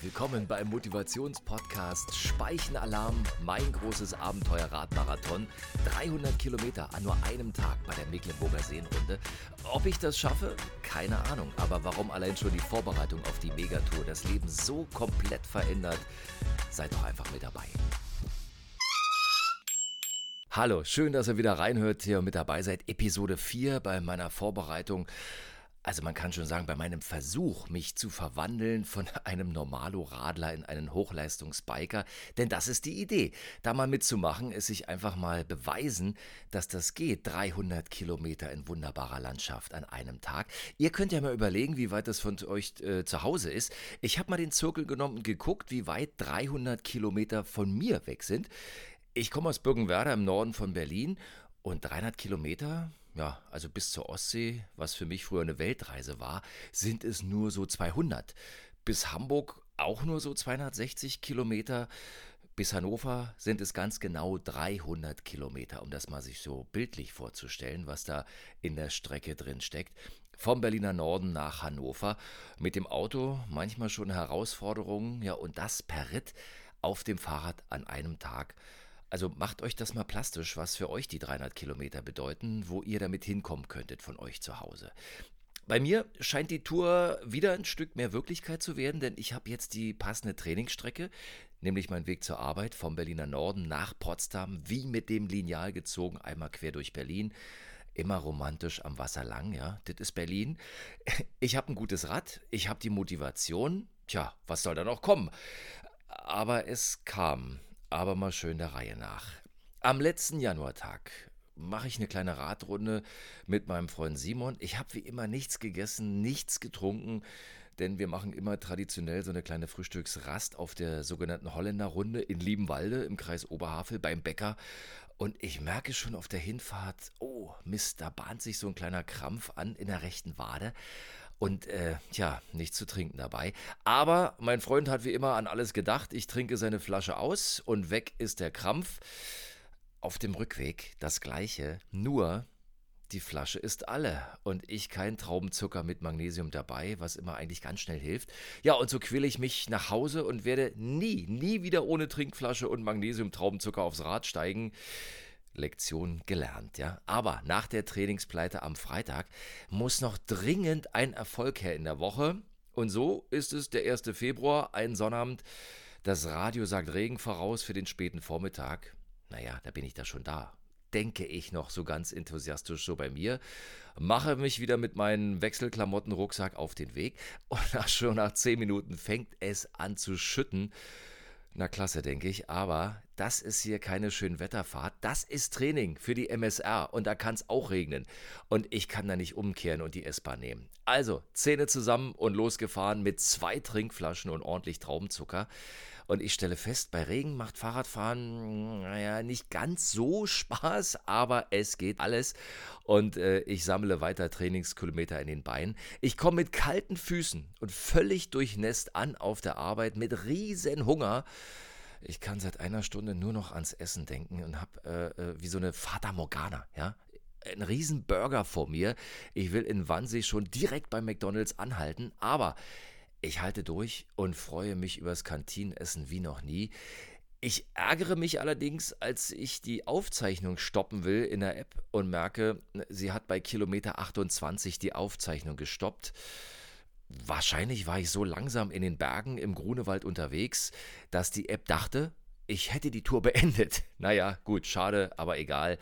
willkommen beim Motivationspodcast Speichenalarm, mein großes Abenteuer-Radmarathon. 300 Kilometer an nur einem Tag bei der Mecklenburger Seenrunde. Ob ich das schaffe? Keine Ahnung. Aber warum allein schon die Vorbereitung auf die Megatour das Leben so komplett verändert? Seid doch einfach mit dabei. Hallo, schön, dass ihr wieder reinhört hier und mit dabei seid. Episode 4 bei meiner Vorbereitung. Also man kann schon sagen, bei meinem Versuch, mich zu verwandeln von einem Normalo-Radler in einen Hochleistungsbiker, denn das ist die Idee, da mal mitzumachen, ist sich einfach mal beweisen, dass das geht, 300 Kilometer in wunderbarer Landschaft an einem Tag. Ihr könnt ja mal überlegen, wie weit das von euch zu Hause ist. Ich habe mal den Zirkel genommen und geguckt, wie weit 300 Kilometer von mir weg sind. Ich komme aus Birkenwerder im Norden von Berlin und 300 Kilometer... Ja, also bis zur Ostsee, was für mich früher eine Weltreise war, sind es nur so 200. Bis Hamburg auch nur so 260 Kilometer. Bis Hannover sind es ganz genau 300 Kilometer, um das mal sich so bildlich vorzustellen, was da in der Strecke drin steckt. Vom Berliner Norden nach Hannover. Mit dem Auto manchmal schon Herausforderungen, ja, und das per Ritt auf dem Fahrrad an einem Tag. Also macht euch das mal plastisch, was für euch die 300 Kilometer bedeuten, wo ihr damit hinkommen könntet von euch zu Hause. Bei mir scheint die Tour wieder ein Stück mehr Wirklichkeit zu werden, denn ich habe jetzt die passende Trainingsstrecke, nämlich meinen Weg zur Arbeit vom Berliner Norden nach Potsdam, wie mit dem Lineal gezogen, einmal quer durch Berlin. Immer romantisch am Wasser lang, ja, das ist Berlin. Ich habe ein gutes Rad, ich habe die Motivation. Tja, was soll da noch kommen? Aber es kam. Aber mal schön der Reihe nach. Am letzten Januartag mache ich eine kleine Radrunde mit meinem Freund Simon. Ich habe wie immer nichts gegessen, nichts getrunken, denn wir machen immer traditionell so eine kleine Frühstücksrast auf der sogenannten Holländerrunde in Liebenwalde im Kreis Oberhavel beim Bäcker. Und ich merke schon auf der Hinfahrt, oh Mist, da bahnt sich so ein kleiner Krampf an in der rechten Wade. Und nichts zu trinken dabei. Aber mein Freund hat wie immer an alles gedacht. Ich trinke seine Flasche aus und weg ist der Krampf. Auf dem Rückweg das Gleiche, nur die Flasche ist alle und ich kein Traubenzucker mit Magnesium dabei, was immer eigentlich ganz schnell hilft. Ja, und so quäle ich mich nach Hause und werde nie wieder ohne Trinkflasche und Magnesium-Traubenzucker aufs Rad steigen. Lektion gelernt, ja. Aber nach der Trainingspleite am Freitag muss noch dringend ein Erfolg her in der Woche. Und so ist es der 1. Februar, ein Sonnabend. Das Radio sagt Regen voraus für den späten Vormittag. Naja, da bin ich da schon da. Denke ich noch so ganz enthusiastisch so bei mir. Mache mich wieder mit meinem Wechselklamotten-Rucksack auf den Weg. Und schon nach 10 Minuten fängt es an zu schütten. Na klasse, denke ich, aber das ist hier keine Schönwetterfahrt, das ist Training für die MSR und da kann es auch regnen und ich kann da nicht umkehren und die S-Bahn nehmen. Also, Zähne zusammen und losgefahren mit 2 Trinkflaschen und ordentlich Traubenzucker und ich stelle fest, bei Regen macht Fahrradfahren, naja, nicht ganz so Spaß, aber es geht alles und ich sammle weiter Trainingskilometer in den Beinen. Ich komme mit kalten Füßen und völlig durchnässt an auf der Arbeit mit riesen Hunger. Ich kann seit einer Stunde nur noch ans Essen denken und habe wie so eine Fata Morgana, ja, einen riesen Burger vor mir. Ich will in Wannsee schon direkt bei McDonald's anhalten, aber ich halte durch und freue mich übers Kantinenessen wie noch nie. Ich ärgere mich allerdings, als ich die Aufzeichnung stoppen will in der App und merke, sie hat bei Kilometer 28 die Aufzeichnung gestoppt. Wahrscheinlich war ich so langsam in den Bergen im Grunewald unterwegs, dass die App dachte, ich hätte die Tour beendet. Naja, gut, schade, aber egal.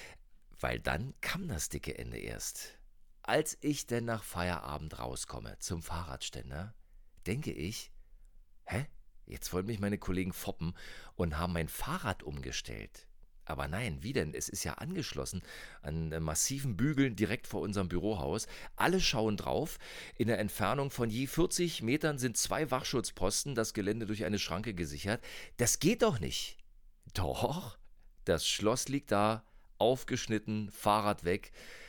Weil dann kam das dicke Ende erst. Als ich denn nach Feierabend rauskomme zum Fahrradständer, denke ich, hä? Jetzt wollen mich meine Kollegen foppen und haben mein Fahrrad umgestellt. Aber nein, wie denn? Es ist ja angeschlossen an massiven Bügeln direkt vor unserem Bürohaus. Alle schauen drauf. In der Entfernung von je 40 Metern sind 2 Wachschutzposten, das Gelände durch eine Schranke gesichert. Das geht doch nicht. Doch, das Schloss liegt da, aufgeschnitten, Fahrrad weg.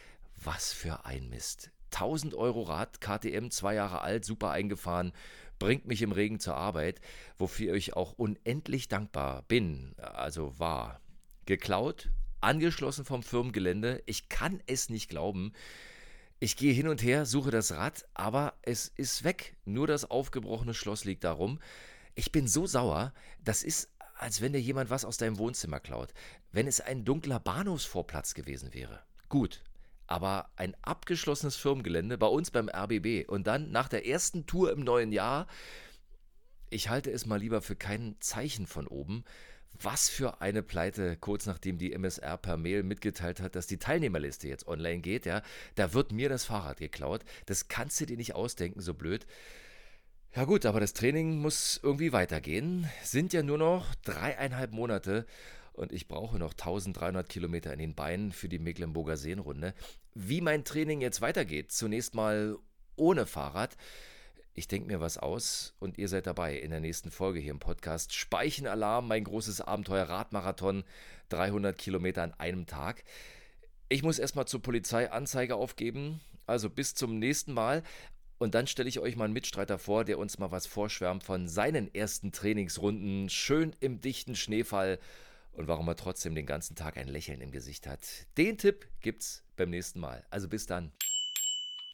Was für ein Mist. 1.000 € Rad, KTM, 2 Jahre alt, super eingefahren, bringt mich im Regen zur Arbeit, wofür ich auch unendlich dankbar bin, also war. Geklaut, angeschlossen vom Firmengelände, ich kann es nicht glauben. Ich gehe hin und her, suche das Rad, aber es ist weg. Nur das aufgebrochene Schloss liegt da rum. Ich bin so sauer, das ist, als wenn dir jemand was aus deinem Wohnzimmer klaut. Wenn es ein dunkler Bahnhofsvorplatz gewesen wäre. Gut. Aber ein abgeschlossenes Firmengelände bei uns beim RBB und dann nach der ersten Tour im neuen Jahr, ich halte es mal lieber für kein Zeichen von oben. Was für eine Pleite, kurz nachdem die MSR per Mail mitgeteilt hat, dass die Teilnehmerliste jetzt online geht, ja. Da wird mir das Fahrrad geklaut. Das kannst du dir nicht ausdenken, so blöd. Ja gut, aber das Training muss irgendwie weitergehen. Sind ja nur noch 3,5 Monate und ich brauche noch 1300 Kilometer in den Beinen für die Mecklenburger Seenrunde. Wie mein Training jetzt weitergeht, zunächst mal ohne Fahrrad. Ich denke mir was aus und ihr seid dabei in der nächsten Folge hier im Podcast. Speichenalarm, mein großes Abenteuer Radmarathon, 300 Kilometer an einem Tag. Ich muss erstmal zur Polizei Anzeige aufgeben, also bis zum nächsten Mal. Und dann stelle ich euch mal einen Mitstreiter vor, der uns mal was vorschwärmt von seinen ersten Trainingsrunden, schön im dichten Schneefall und warum er trotzdem den ganzen Tag ein Lächeln im Gesicht hat. Den Tipp gibt's beim nächsten Mal. Also bis dann.